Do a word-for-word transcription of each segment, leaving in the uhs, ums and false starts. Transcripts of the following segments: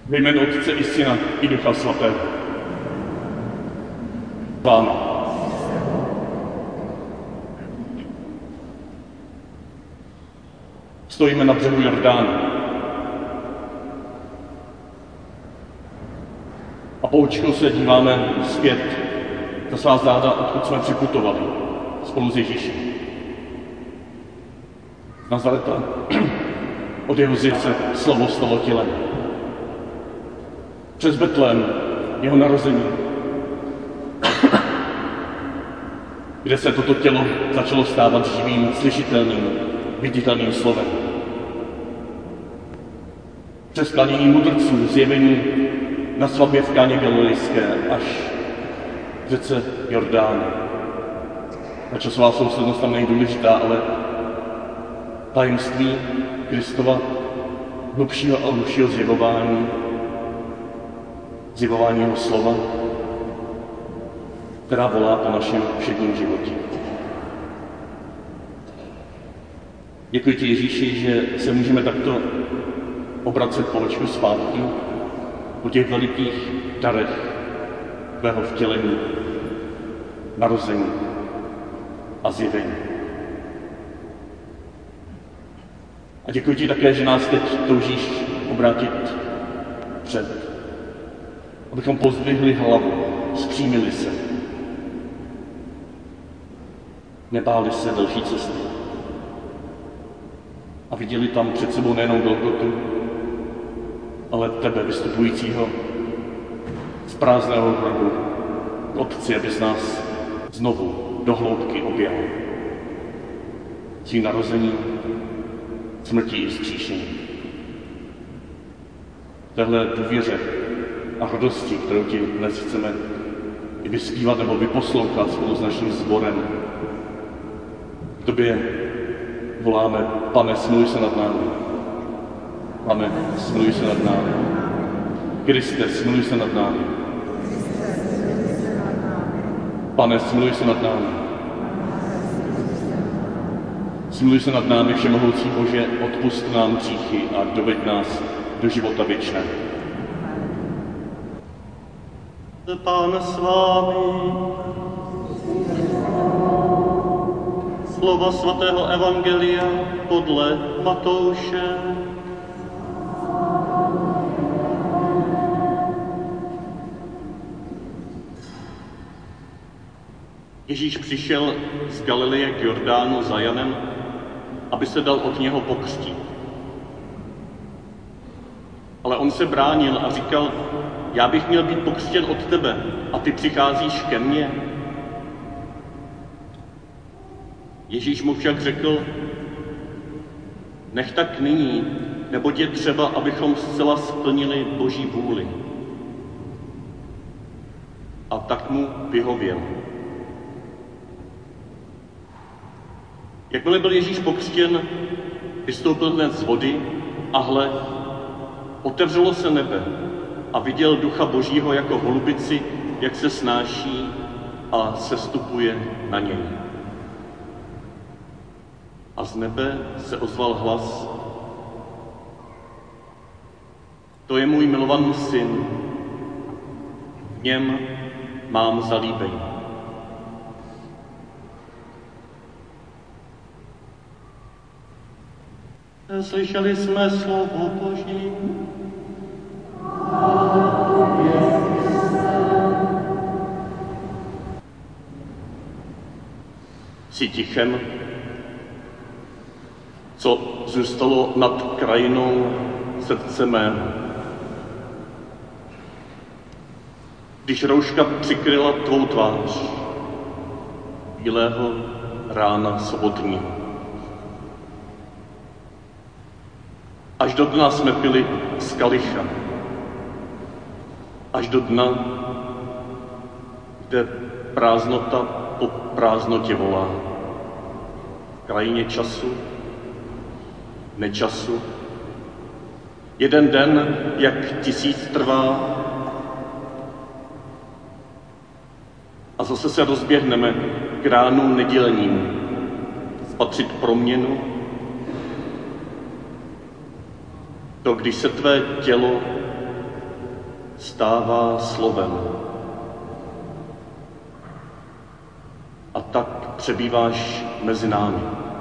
Ve jménu Otce i Syna i Ducha Svatého. Pána. Stojíme na břehu Jordánu. A poučkou se díváme zpět za svá záda, odkud jsme připutovali spolu s Ježíšem. Nazareta, od jeho zdi se slovo stalo tělem. Přes Betlém, jeho narození, kde se toto tělo začalo stávat živým, slyšitelným, viditelným slovem. Přes klanění mudrců, zjevení na svatbě v Káně Galilejské až v řece Jordán. Ta časová souslednost tam není důležitá, ale tajemství Kristova hlubšího a hlubšího zjevování, zjevování jeho slova, která volá po našem všedním životě. Děkuji ti, Ježíši, že se můžeme takto obracet po očku zpátky, po těch velikých darech tvého vtělení, narození a zjevení. A děkuji ti také, že nás teď toužíš obrátit před, abychom pozdvihli hlavu, zpřímili se, nebáli se další cesty a viděli tam před sebou nejenom Golgotu, ale tebe, vystupujícího z prázdného hrobu k Otci, abys nás znovu do hloubky objal svým narozením, smrtí i vzkříšení. Téhle důvěře a radosti, kterou ti dnes chceme i vyspívat nebo vyposlouchat spolu s naším sborem, k tobě voláme: Pane, smiluj se nad námi. Pane, smiluj se nad námi. Kriste, smiluj se nad námi. Pane, smiluj se nad námi. Smiluj se nad námi, všemohoucí Bože, odpusť nám hříchy a doveď nás do života věčného. Pán s vámi. Slova svatého evangelia podle Matouše. Ježíš přišel z Galileje k Jordánu za Janem, aby se dal od něho pokřtít. Ale on se bránil a říkal: já bych měl být pokřtěn od tebe a ty přicházíš ke mně. Ježíš mu však řekl: nech tak nyní, neboť je třeba, abychom zcela splnili Boží vůli. A tak mu vyhověl. Jakmile byl Ježíš pokřtěn, vystoupil hned z vody a hle, otevřelo se nebe a viděl Ducha Božího jako holubici, jak se snáší a sestupuje na něj. A z nebe se ozval hlas: to je můj milovaný syn, v něm mám zalíbení. Slyšeli jsme slovo Boží. Jsi tichem, co zůstalo nad krajinou srdce mého. Když rouška přikryla tvou tvář, bílého rána sobotního. Až do dna jsme pili z kalicha. Až do dna, kde prázdnota po prázdnotě volá. V krajině času, nečasu. Jeden den, jak tisíc trvá. A zase se rozběhneme k ránu nedělním, spatřit proměnu. To, když se tvé tělo stává slovem. A tak přebýváš mezi námi.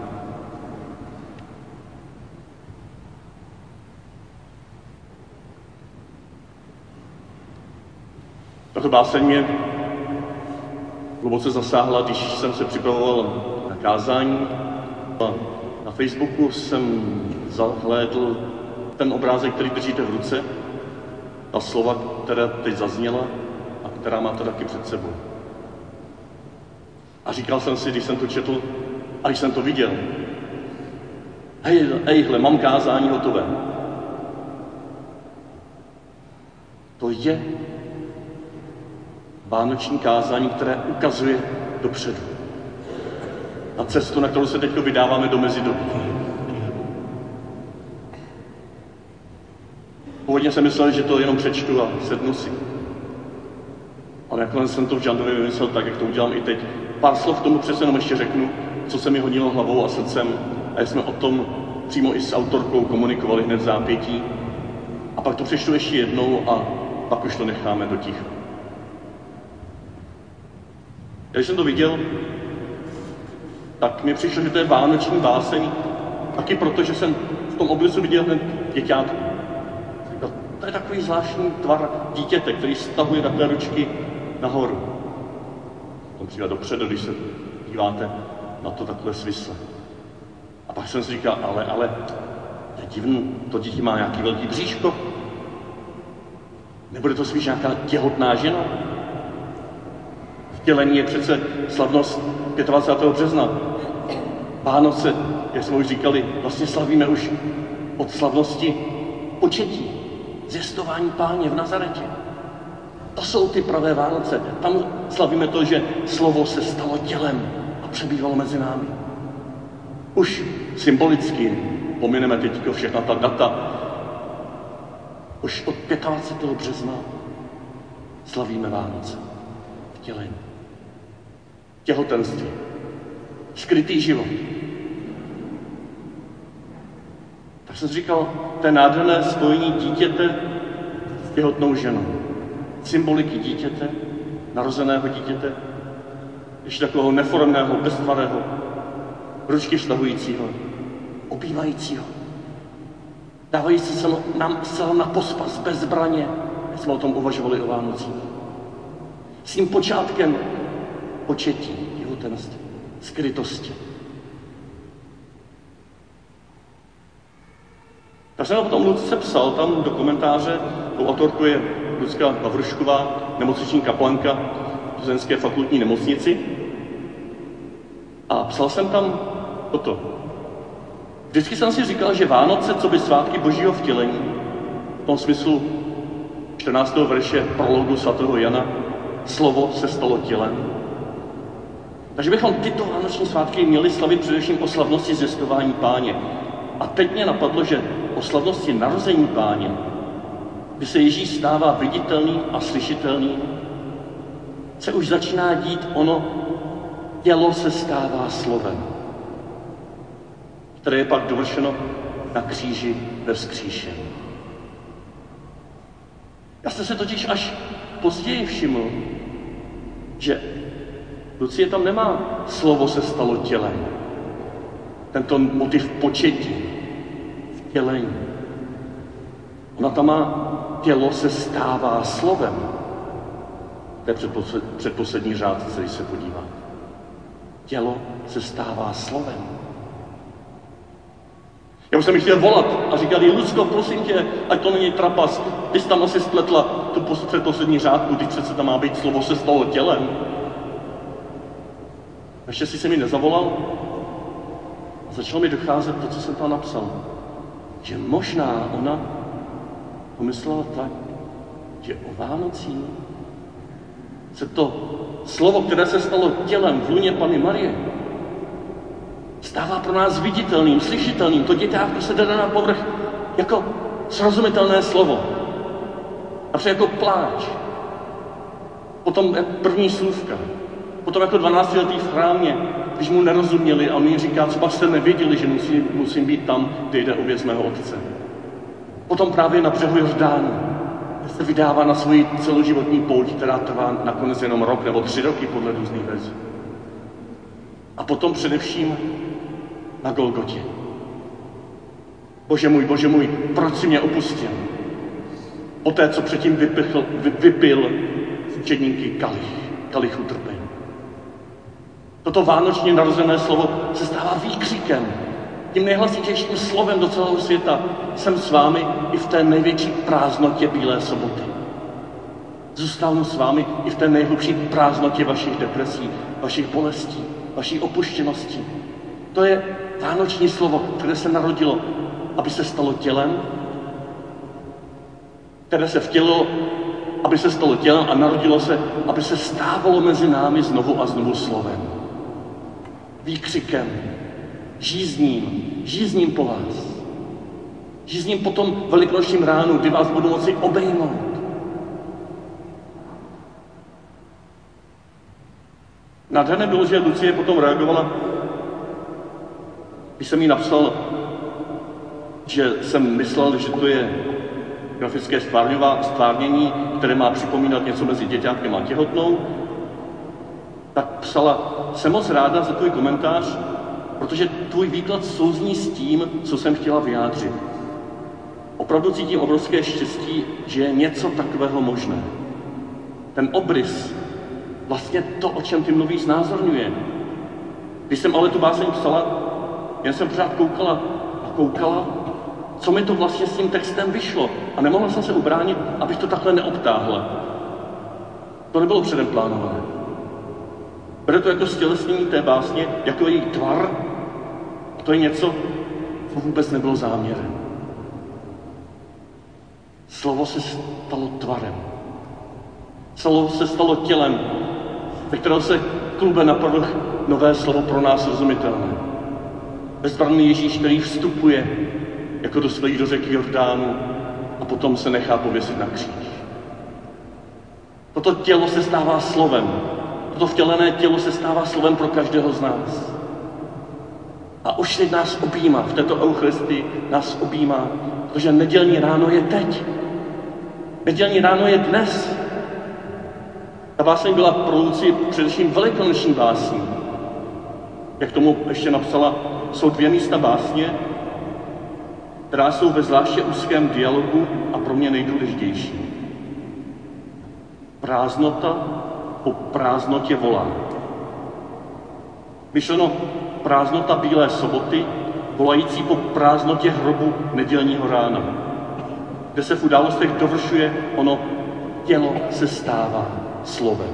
Tato báseň mě hluboce zasáhla, když jsem se připravoval na kázání. Na Facebooku jsem zahlédl ten obrázek, který držíte v ruce, ta slova, která teď zazněla a která máte taky před sebou. A říkal jsem si, když jsem to četl a když jsem to viděl, hej, hejhle, mám kázání hotové. To je vánoční kázání, které ukazuje dopředu. Na cestu, na kterou se teď vydáváme do mezidobí. Původně jsem myslel, že to jenom přečtu a sednu si. Ale nakonec jsem to v Žandovi vymyslel tak, jak to udělám i teď. Pár slov tomu přece jenom ještě řeknu, co se mi hodilo hlavou a srdcem. A jsme o tom přímo i s autorkou komunikovali hned v zápětí. A pak to přečtu ještě jednou a pak už to necháme do ticha. Když jsem to viděl, tak mi přišlo, že to je vánoční báseň, taky proto, že jsem v tom oblisu viděl hned děťátko. To je takový zvláštní tvar dítěte, který stahuje takové ručky nahoru. To přijde dopředu, když se díváte na to takhle svisle. A pak jsem si říkal, ale, ale, to je divný, to dítě má nějaký velký bříško. Nebude to spíš nějaká těhotná žena? Vtělení je přece slavnost dvacátého pátého března. Vánoce, jak jsme už říkali, vlastně slavíme už od slavnosti početí, zjistování Páně v Nazaretě. To jsou ty pravé Vánoce. Tam slavíme to, že slovo se stalo tělem a přebývalo mezi námi. Už symbolicky pomineme teďko všechna ta data. Už od dvacátého pátého března slavíme Vánoce. Vtělení. Těhotenství. Skrytý život. Tak jsem říkal, to je nádherné spojení dítěte s těhotnou ženou. Symboliky dítěte, narozeného dítěte, ještě takového neformného, beztvarého, ručky vztahujícího, objímajícího, dávající se nám zcela na pospas, bez zbraně, jak jsme o tom uvažovali o Vánocích. S tím počátkem početí, těhotenství, skrytosti. Tak jsem potom Lucce psal tam do komentáře, tou autorkou je Lucka Vavrušková, nemocniční kaplanka v Plzeňské fakultní nemocnici. A psal jsem tam toto. Vždycky jsem si říkal, že Vánoce, co by svátky Božího vtělení, v tom smyslu čtrnáctého verše prologu svatého Jana, slovo se stalo tělem. Takže bychom tyto vánoční svátky měli slavit především o slavnosti zjistování Páně. A teď mě napadlo, že o slavnosti narození Páně, kdy se Ježíš stává viditelný a slyšitelný, se už začíná dít ono, tělo se stává slovem, které je pak dovršeno na kříži ve vzkříšení. Já jsem se totiž až později všiml, že Lucie tam nemá slovo se stalo tělem. Tento motiv početí, vtělení. Ona tam má tělo se stává slovem. To je předposled, předposlední řádce, když se podívá. Tělo se stává slovem. Já už jsem jí chtěl volat a říkal jí, Lucko, prosím tě, ať to není trapas. Ty jsi tam asi spletla tu předposlední řádku, když přece tam má být slovo se stalo tělem. Ještě si se mi nezavolal a začalo mi docházet to, co jsem tam napsal. Že možná ona pomyslela tak, že o Vánocích se to slovo, které se stalo tělem v luně Panny Marie, stává pro nás viditelným, slyšitelným. To děťátko se jde na povrch jako srozumitelné slovo. Například jako pláč. Potom první slůvka. Potom jako dvanáctiletý v chrámě, když mu nerozuměli a on mi říká, třeba jste nevěděli, že musím, musím být tam, kde jde o věc mého otce. Potom právě na břehu Jordánu, se vydává na svoji celoživotní pouť, která trvá nakonec jenom rok nebo tři roky podle různých verzí. A potom především na Golgotě. Bože můj, Bože můj, proč jsi mě opustil? Poté, co předtím vypichl, vy, vypil z učedníky kalich, kalich utrpení. Toto vánočně narozené slovo se stává výkřikem, tím nejhlasitějším slovem do celého světa. Jsem s vámi i v té největší prázdnotě Bílé soboty. Zůstanu s vámi i v té nejhlubší prázdnotě vašich depresí, vašich bolestí, vaší opuštěnosti. To je vánoční slovo, které se narodilo, aby se stalo tělem, které se vtělilo, aby se stalo tělem a narodilo se, aby se stávalo mezi námi znovu a znovu slovem. Výkřikem, žízním, žízním po vás. Žízním po tom velikonočním ránu, kdy vás budu moci obejmout. Nádherné bylo, že Lucie potom reagovala, když jsem jí napsal, že jsem myslel, že to je grafické stvárnění, které má připomínat něco mezi děťátkem a těhotnou, tak psala, jsem moc ráda za tvůj komentář, protože tvůj výklad souzní s tím, co jsem chtěla vyjádřit. Opravdu cítím obrovské štěstí, že je něco takového možné. Ten obrys, vlastně to, o čem ty mluvíš, znázorňuje. Když jsem ale tu báseň psala, jen jsem pořád koukala a koukala, co mi to vlastně s tím textem vyšlo. A nemohla jsem se ubránit, abych to takhle neobtáhla. To nebylo předem plánované. Bude to jako stělesnění té básně, jako její tvar. A to je něco, co vůbec nebylo záměrem. Slovo se stalo tvarem. Slovo se stalo tělem, ve kterého se klube na povrch nové slovo pro nás rozumitelné. Bezbranný Ježíš, který vstupuje jako do svých do řeky Jordánu a potom se nechá pověsit na kříž. Toto tělo se stává slovem. Toto vtělené tělo se stává slovem pro každého z nás. A už teď nás objímá, v této Eucharistii nás objímá, protože nedělní ráno je teď. Nedělní ráno je dnes. Ta báseň byla pro Lucii především velikonoční básní. Jak tomu ještě napsala, jsou dvě místa básně, která jsou ve zvláště úzkém dialogu a pro mě nejdůležitější. Prázdnota po prázdnotě volá. Myšleno prázdnota Bílé soboty, volající po prázdnotě hrobu nedělního rána, kde se v událostech dovršuje ono tělo se stává slovem.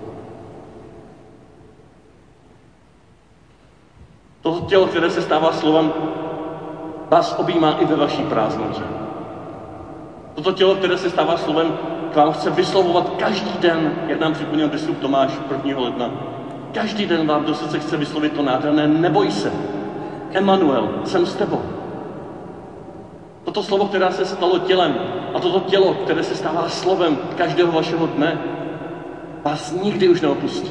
Toto tělo, které se stává slovem, vás objímá i ve vaší prázdnotě. Toto tělo, které se stává slovem, k vám chce vyslovovat každý den, jak nám připomněl biskup Tomáš prvního ledna. Každý den vám do srdce chce vyslovit to nádherné neboj se. Emanuel, jsem s tebou. Toto slovo, které se stalo tělem, a toto tělo, které se stává slovem každého vašeho dne, vás nikdy už neopustí.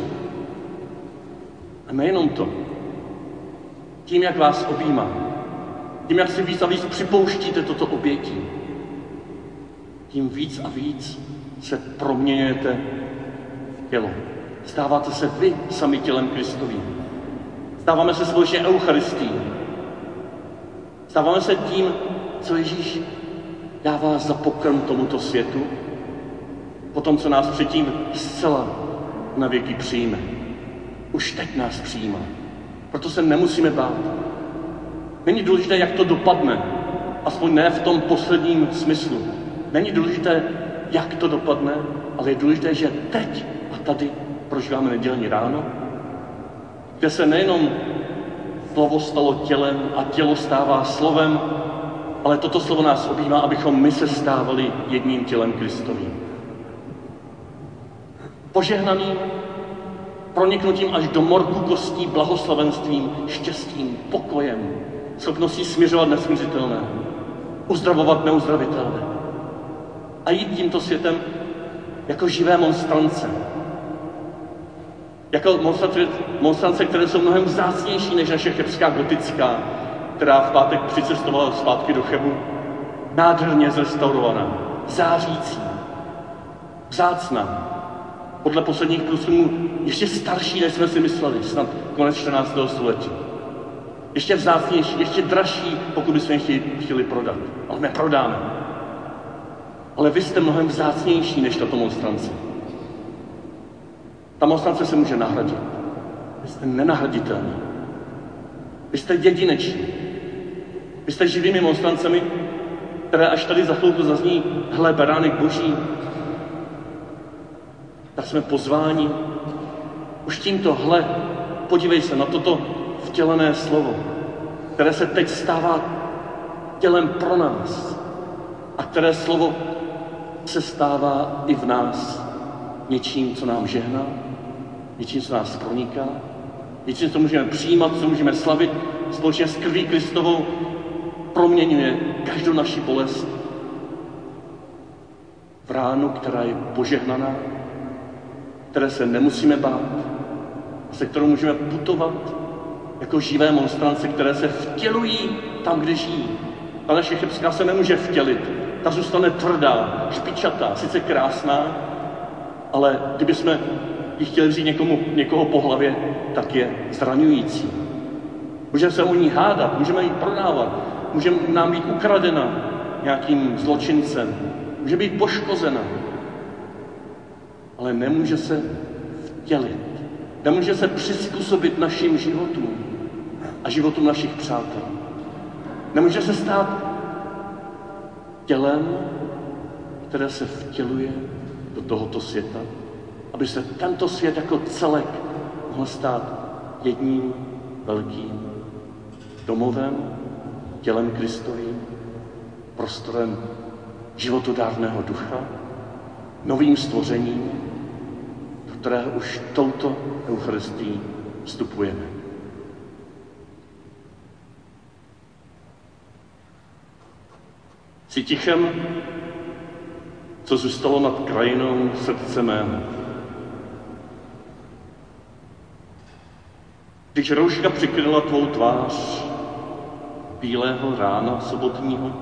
A nejenom to. Tím, jak vás objímá, tím, jak si víc a víc připouštíte toto obětí, tím víc a víc se proměňujete v tělo. Stáváte se vy sami tělem Kristovým. Stáváme se společně Eucharistií. Stáváme se tím, co Ježíš dává za pokrm tomuto světu, po tom, co nás předtím zcela na věky přijme. Už teď nás přijímá. Proto se nemusíme bát. Není důležité, jak to dopadne, aspoň ne v tom posledním smyslu. Není důležité, jak to dopadne, ale je důležité, že teď a tady prožíváme nedělní ráno, kde se nejenom slovo stalo tělem a tělo stává slovem, ale toto slovo nás objímá, abychom my se stávali jedním tělem Kristovým. Požehnaný proniknutím až do morku kostí, blahoslavenstvím, štěstím, pokojem, schopností směřovat nesmířitelné, uzdravovat neuzdravitelné. A jít tímto světem jako živé monstrance. Jako monstrance, které jsou mnohem vzácnější než naše chebská gotická, která v pátek přicestovala zpátky do Chebu, nádherně zrestaurovaná, zářící, vzácná. Podle posledních průzkumů ještě starší, než jsme si mysleli, snad konec čtrnáctého století. Ještě vzácnější, ještě dražší, pokud bychom je chtěli prodat. Ale neprodáme. Ale vy jste mnohem vzácnější než tato monstrance. Ta monstrance se může nahradit. Vy jste nenahraditelní. Vy jste jedineční. Vy jste živými monstrancemi, které až tady za chvilku zazní, hle, beránek boží, tak jsme pozváni už tímto, hle, podívej se na toto vtělené slovo, které se teď stává tělem pro nás a které slovo se stává i v nás něčím, co nám žehná, něčím, co nás proniká, něčím, co můžeme přijímat, co můžeme slavit, společně s krví Kristovou proměňuje každou naši bolest v ránu, která je požehnaná, které se nemusíme bát, se kterou můžeme putovat jako živé monstrance, které se vtělují tam, kde žijí. Ta naše chebská se nemůže vtělit. Ta zůstane tvrdá, špičatá, sice krásná, ale kdybychom ji chtěli vzít někomu, někoho po hlavě, tak je zraňující. Můžeme se o ní hádat, můžeme ji prodávat, může nám být ukradena nějakým zločincem, může být poškozena, ale nemůže se vtělit, nemůže se přizpůsobit našim životům a životům našich přátel. Nemůže se stát tělem, které se vtěluje do tohoto světa, aby se tento svět jako celek mohl stát jedním velkým domovem, tělem Kristovým, prostorem životodárného ducha, novým stvořením, do kterého už touto Eucharistií vstupujeme. Jsi tichem, co zůstalo nad krajinou srdce mého. Když rouška přikryla tvou tvář bílého rána sobotního,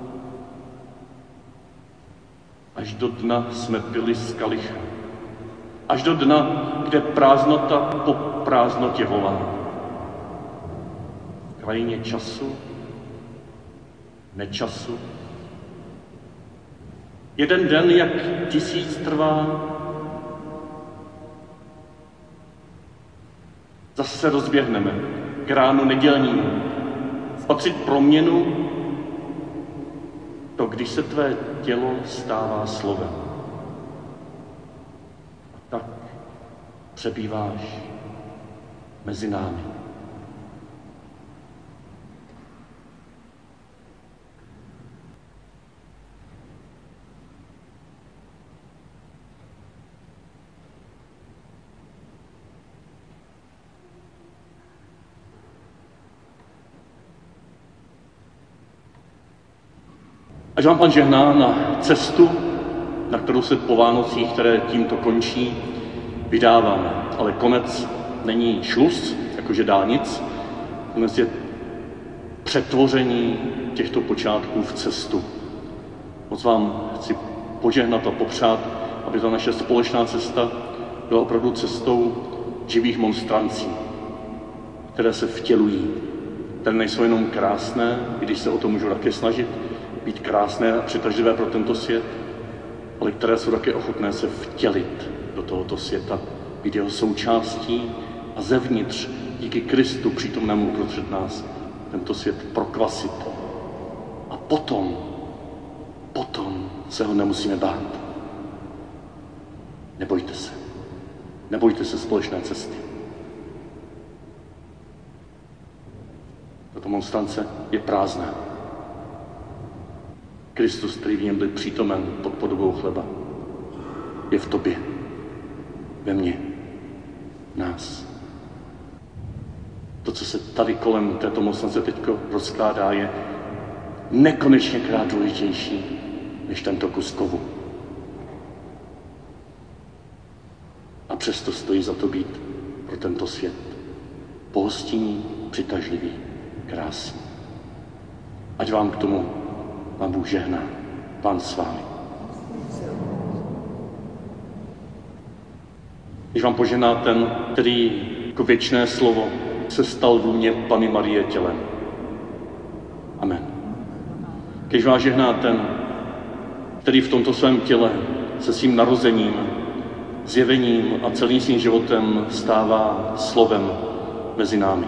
až do dna jsme pili z kalicha, až do dna, kde prázdnota po prázdnotě volá. V krajině času, nečasu, jeden den, jak tisíc trvá, zase se rozběhneme k ránu nedělnímu. Spatřit proměnu, to, když se tvé tělo stává slovem. A tak přebýváš mezi námi. Ať vám Pan žehná na cestu, na kterou se po Vánocích, které tímto končí, vydáváme. Ale konec není šluz, jakože dálnic. Konec je přetvoření těchto počátků v cestu. Moc vám chci požehnat a popřát, aby ta naše společná cesta byla opravdu cestou živých monstrancí, které se vtělují, které nejsou jenom krásné, i když se o to můžu také snažit, být krásné a přitažlivé pro tento svět, ale které jsou také ochotné se vtělit do tohoto světa, být jeho součástí a zevnitř díky Kristu přítomnému uprostřed nás tento svět prokvasit. A potom, potom se ho nemusíme bát. Nebojte se. Nebojte se společné cesty. Tato monstrance je prázdná. Kristus, který v něm byl přítomen pod podobou chleba, je v tobě, ve mně, nás. To, co se tady kolem této monstrance teďko rozkládá, je nekonečně krát důležitější než tento kus kovu. A přesto stojí za to být pro tento svět pohostinný, přitažlivý, krásný. Ať vám k tomu Pán Bůh žehná. Pán s vámi. Když vám požehná ten, který jako věčné slovo se stal v lůně Panny Marie tělem. Amen. Když vás žehná ten, který v tomto svém těle se svým narozením, zjevením a celým svým životem stává slovem mezi námi.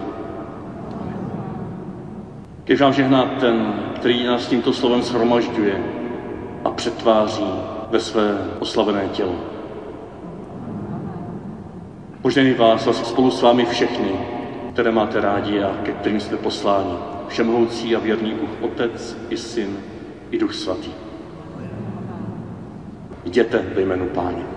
Když vám žehná ten, který nás tímto slovem shromažďuje a přetváří ve své oslavené tělo. Požehnej vás a spolu s vámi všechny, které máte rádi a ke kterým jste posláni. Všemohoucí a věrný Bůh, Otec i Syn i Duch Svatý. Jděte ve jménu Páně.